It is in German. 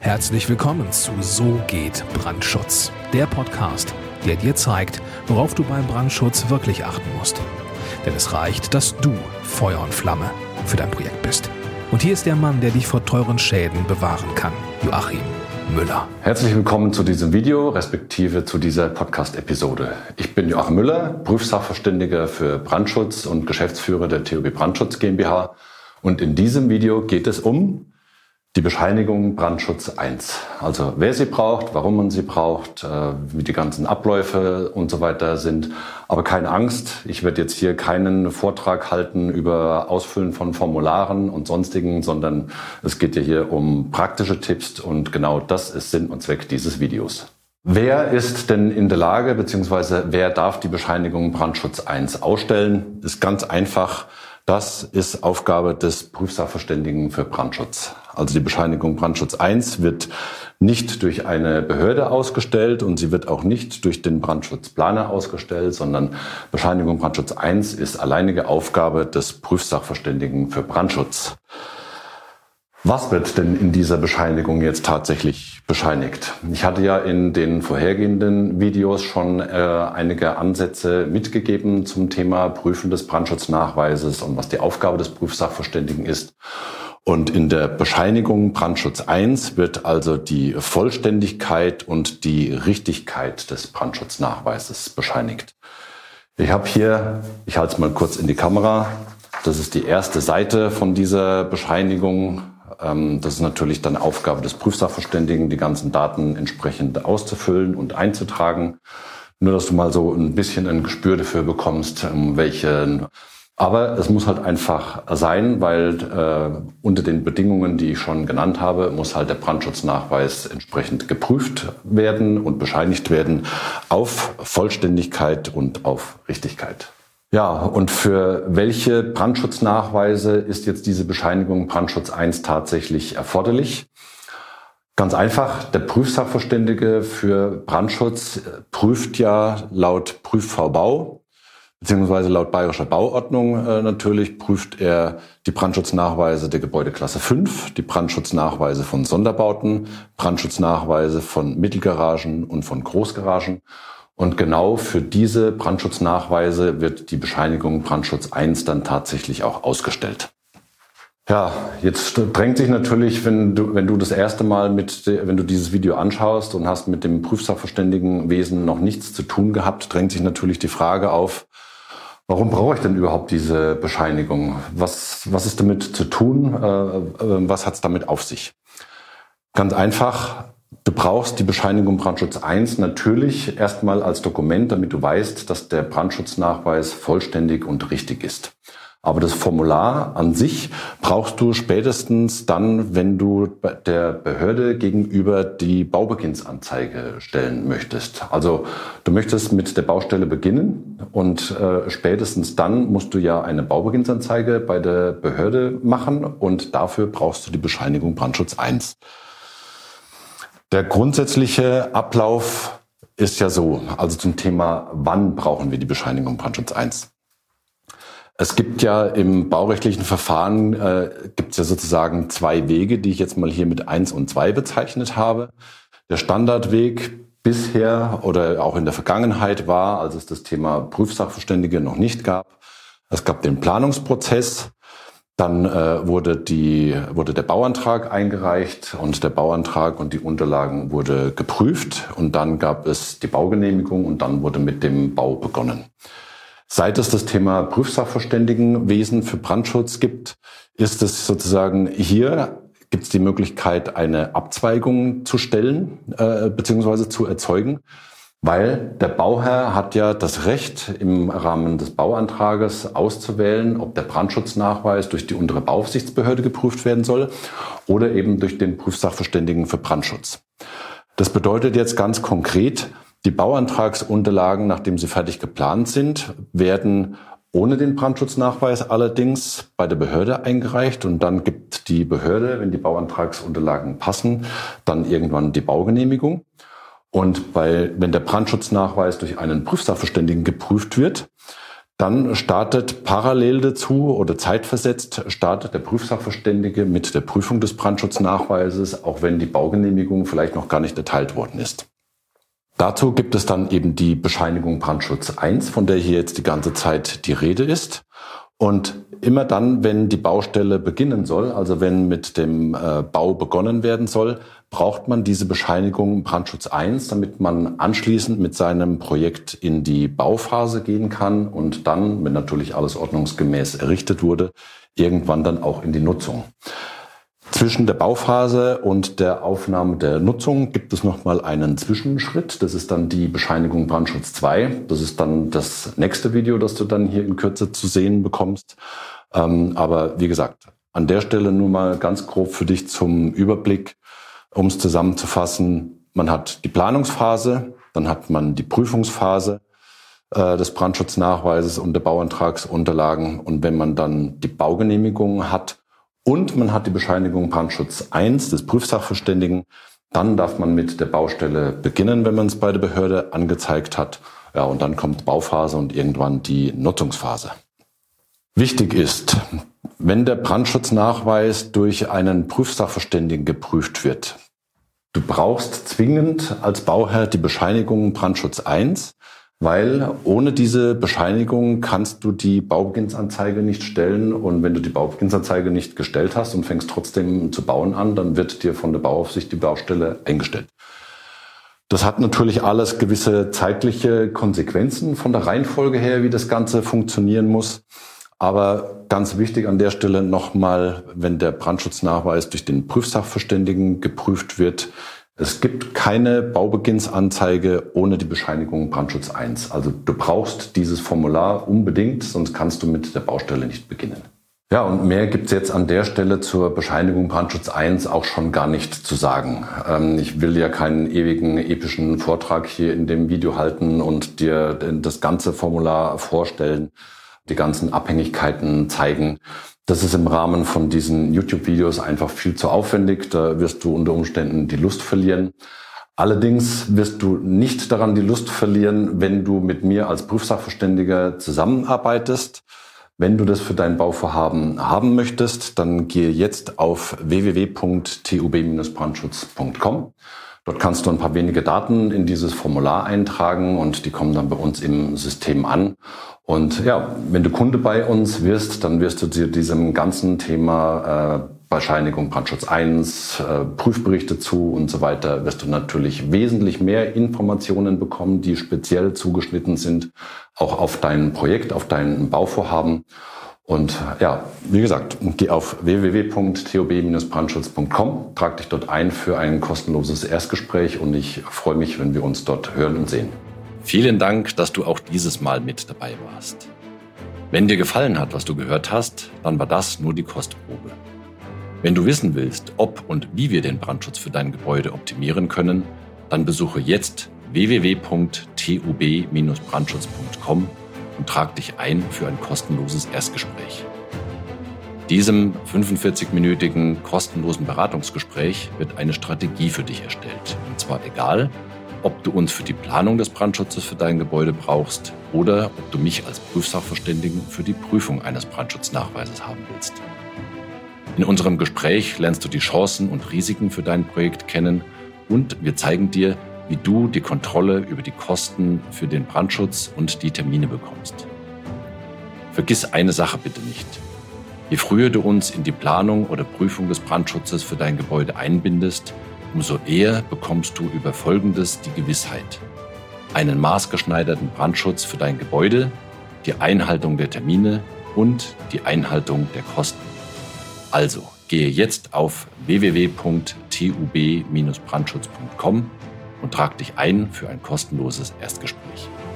Herzlich willkommen zu So geht Brandschutz, der Podcast, der dir zeigt, worauf du beim Brandschutz wirklich achten musst. Denn es reicht, dass du Feuer und Flamme für dein Projekt bist. Und hier ist der Mann, der dich vor teuren Schäden bewahren kann, Joachim Müller. Herzlich willkommen zu diesem Video, respektive zu dieser Podcast-Episode. Ich bin Joachim Müller, Prüfsachverständiger für Brandschutz und Geschäftsführer der TUB Brandschutz GmbH. Und in diesem Video geht es um die Bescheinigung Brandschutz 1. Also wer sie braucht, warum man sie braucht, wie die ganzen Abläufe und so weiter sind. Aber keine Angst, ich werde jetzt hier keinen Vortrag halten über Ausfüllen von Formularen und sonstigen, sondern es geht ja hier um praktische Tipps und genau das ist Sinn und Zweck dieses Videos. Wer ist denn in der Lage, beziehungsweise wer darf die Bescheinigung Brandschutz 1 ausstellen? Ist ganz einfach. Das ist Aufgabe des Prüfsachverständigen für Brandschutz. Also die Bescheinigung Brandschutz 1 wird nicht durch eine Behörde ausgestellt und sie wird auch nicht durch den Brandschutzplaner ausgestellt, sondern Bescheinigung Brandschutz 1 ist alleinige Aufgabe des Prüfsachverständigen für Brandschutz. Was wird denn in dieser Bescheinigung jetzt tatsächlich bescheinigt? Ich hatte ja in den vorhergehenden Videos schon einige Ansätze mitgegeben zum Thema Prüfen des Brandschutznachweises und was die Aufgabe des Prüfsachverständigen ist. Und in der Bescheinigung Brandschutz 1 wird also die Vollständigkeit und die Richtigkeit des Brandschutznachweises bescheinigt. Ich habe hier, ich halte es mal kurz in die Kamera, das ist die erste Seite von dieser Bescheinigung. Das ist natürlich dann Aufgabe des Prüfsachverständigen, die ganzen Daten entsprechend auszufüllen und einzutragen. Nur, dass du mal so ein bisschen ein Gespür dafür bekommst, aber es muss halt einfach sein, weil unter den Bedingungen, die ich schon genannt habe, muss halt der Brandschutznachweis entsprechend geprüft werden und bescheinigt werden auf Vollständigkeit und auf Richtigkeit. Ja, und für welche Brandschutznachweise ist jetzt diese Bescheinigung Brandschutz 1 tatsächlich erforderlich? Ganz einfach, der Prüfsachverständige für Brandschutz prüft ja laut PrüfV-Bau, beziehungsweise laut Bayerischer Bauordnung natürlich, prüft er die Brandschutznachweise der Gebäudeklasse 5, die Brandschutznachweise von Sonderbauten, Brandschutznachweise von Mittelgaragen und von Großgaragen. Und genau für diese Brandschutznachweise wird die Bescheinigung Brandschutz 1 dann tatsächlich auch ausgestellt. Ja, jetzt drängt sich natürlich, wenn du das erste Mal wenn du dieses Video anschaust und hast mit dem Prüfsachverständigenwesen noch nichts zu tun gehabt, drängt sich natürlich die Frage auf, warum brauche ich denn überhaupt diese Bescheinigung? Was ist damit zu tun? Was hat es damit auf sich? Ganz einfach. Du brauchst die Bescheinigung Brandschutz 1 natürlich erstmal als Dokument, damit du weißt, dass der Brandschutznachweis vollständig und richtig ist. Aber das Formular an sich brauchst du spätestens dann, wenn du der Behörde gegenüber die Baubeginnsanzeige stellen möchtest. Also du möchtest mit der Baustelle beginnen und spätestens dann musst du ja eine Baubeginnsanzeige bei der Behörde machen und dafür brauchst du die Bescheinigung Brandschutz 1. Der grundsätzliche Ablauf ist ja so, also zum Thema, wann brauchen wir die Bescheinigung Brandschutz 1? Es gibt ja im baurechtlichen Verfahren, gibt es ja sozusagen zwei Wege, die ich jetzt mal hier mit 1 und 2 bezeichnet habe. Der Standardweg bisher oder auch in der Vergangenheit war, als es das Thema Prüfsachverständige noch nicht gab, es gab den Planungsprozess. Dann wurde der Bauantrag eingereicht und der Bauantrag und die Unterlagen wurde geprüft und dann gab es die Baugenehmigung und dann wurde mit dem Bau begonnen. Seit es das Thema Prüfsachverständigenwesen für Brandschutz gibt, ist es sozusagen hier gibt es die Möglichkeit, eine Abzweigung zu stellen bzw. zu erzeugen. Weil der Bauherr hat ja das Recht, im Rahmen des Bauantrages auszuwählen, ob der Brandschutznachweis durch die untere Bauaufsichtsbehörde geprüft werden soll oder eben durch den Prüfsachverständigen für Brandschutz. Das bedeutet jetzt ganz konkret, die Bauantragsunterlagen, nachdem sie fertig geplant sind, werden ohne den Brandschutznachweis allerdings bei der Behörde eingereicht und dann gibt die Behörde, wenn die Bauantragsunterlagen passen, dann irgendwann die Baugenehmigung. Und wenn der Brandschutznachweis durch einen Prüfsachverständigen geprüft wird, Dann startet parallel dazu oder zeitversetzt startet der Prüfsachverständige mit der Prüfung des Brandschutznachweises, auch wenn die Baugenehmigung vielleicht noch gar nicht erteilt worden ist. Dazu gibt es dann eben die Bescheinigung Brandschutz 1, von der hier jetzt die ganze Zeit die Rede ist. Und immer dann, wenn die Baustelle beginnen soll, also wenn mit dem Bau begonnen werden soll, braucht man diese Bescheinigung Brandschutz 1, damit man anschließend mit seinem Projekt in die Bauphase gehen kann und dann, wenn natürlich alles ordnungsgemäß errichtet wurde, irgendwann dann auch in die Nutzung. Zwischen der Bauphase und der Aufnahme der Nutzung gibt es nochmal einen Zwischenschritt. Das ist dann die Bescheinigung Brandschutz 2. Das ist dann das nächste Video, das du dann hier in Kürze zu sehen bekommst. Aber wie gesagt, an der Stelle nur mal ganz grob für dich zum Überblick, um es zusammenzufassen. Man hat die Planungsphase, dann hat man die Prüfungsphase des Brandschutznachweises und der Bauantragsunterlagen. Und wenn man dann die Baugenehmigung hat, und man hat die Bescheinigung Brandschutz 1 des Prüfsachverständigen, dann darf man mit der Baustelle beginnen, wenn man es bei der Behörde angezeigt hat. Ja, und dann kommt Bauphase und irgendwann die Nutzungsphase. Wichtig ist, wenn der Brandschutznachweis durch einen Prüfsachverständigen geprüft wird, du brauchst zwingend als Bauherr die Bescheinigung Brandschutz 1, weil ohne diese Bescheinigung kannst du die Baubeginnsanzeige nicht stellen. Und wenn du die Baubeginnsanzeige nicht gestellt hast und fängst trotzdem zu bauen an, dann wird dir von der Bauaufsicht die Baustelle eingestellt. Das hat natürlich alles gewisse zeitliche Konsequenzen von der Reihenfolge her, wie das Ganze funktionieren muss. Aber ganz wichtig an der Stelle nochmal, wenn der Brandschutznachweis durch den Prüfsachverständigen geprüft wird, es gibt keine Baubeginnsanzeige ohne die Bescheinigung Brandschutz 1. Also du brauchst dieses Formular unbedingt, sonst kannst du mit der Baustelle nicht beginnen. Ja, und mehr gibt's jetzt an der Stelle zur Bescheinigung Brandschutz 1 auch schon gar nicht zu sagen. Ich will ja keinen ewigen, epischen Vortrag hier in dem Video halten und dir das ganze Formular vorstellen, die ganzen Abhängigkeiten zeigen. Das ist im Rahmen von diesen YouTube-Videos einfach viel zu aufwendig. Da wirst du unter Umständen die Lust verlieren. Allerdings wirst du nicht daran die Lust verlieren, wenn du mit mir als Prüfsachverständiger zusammenarbeitest. Wenn du das für dein Bauvorhaben haben möchtest, dann gehe jetzt auf www.tub-brandschutz.com. Dort kannst du ein paar wenige Daten in dieses Formular eintragen und die kommen dann bei uns im System an. Und ja, wenn du Kunde bei uns wirst, dann wirst du zu diesem ganzen Thema Bescheinigung Brandschutz 1, Prüfberichte zu und so weiter, wirst du natürlich wesentlich mehr Informationen bekommen, die speziell zugeschnitten sind, auch auf dein Projekt, auf dein Bauvorhaben. Und ja, wie gesagt, geh auf www.tub-brandschutz.com, trag dich dort ein für ein kostenloses Erstgespräch und ich freue mich, wenn wir uns dort hören und sehen. Vielen Dank, dass du auch dieses Mal mit dabei warst. Wenn dir gefallen hat, was du gehört hast, dann war das nur die Kostprobe. Wenn du wissen willst, ob und wie wir den Brandschutz für dein Gebäude optimieren können, dann besuche jetzt www.tub-brandschutz.com und trag dich ein für ein kostenloses Erstgespräch. Diesem 45-minütigen kostenlosen Beratungsgespräch wird eine Strategie für dich erstellt. Und zwar egal, ob du uns für die Planung des Brandschutzes für dein Gebäude brauchst oder ob du mich als Prüfsachverständigen für die Prüfung eines Brandschutznachweises haben willst. In unserem Gespräch lernst du die Chancen und Risiken für dein Projekt kennen und wir zeigen dir, wie du die Kontrolle über die Kosten für den Brandschutz und die Termine bekommst. Vergiss eine Sache bitte nicht. Je früher du uns in die Planung oder Prüfung des Brandschutzes für dein Gebäude einbindest, umso eher bekommst du über Folgendes die Gewissheit: einen maßgeschneiderten Brandschutz für dein Gebäude, die Einhaltung der Termine und die Einhaltung der Kosten. Also, gehe jetzt auf www.tub-brandschutz.com und trag dich ein für ein kostenloses Erstgespräch.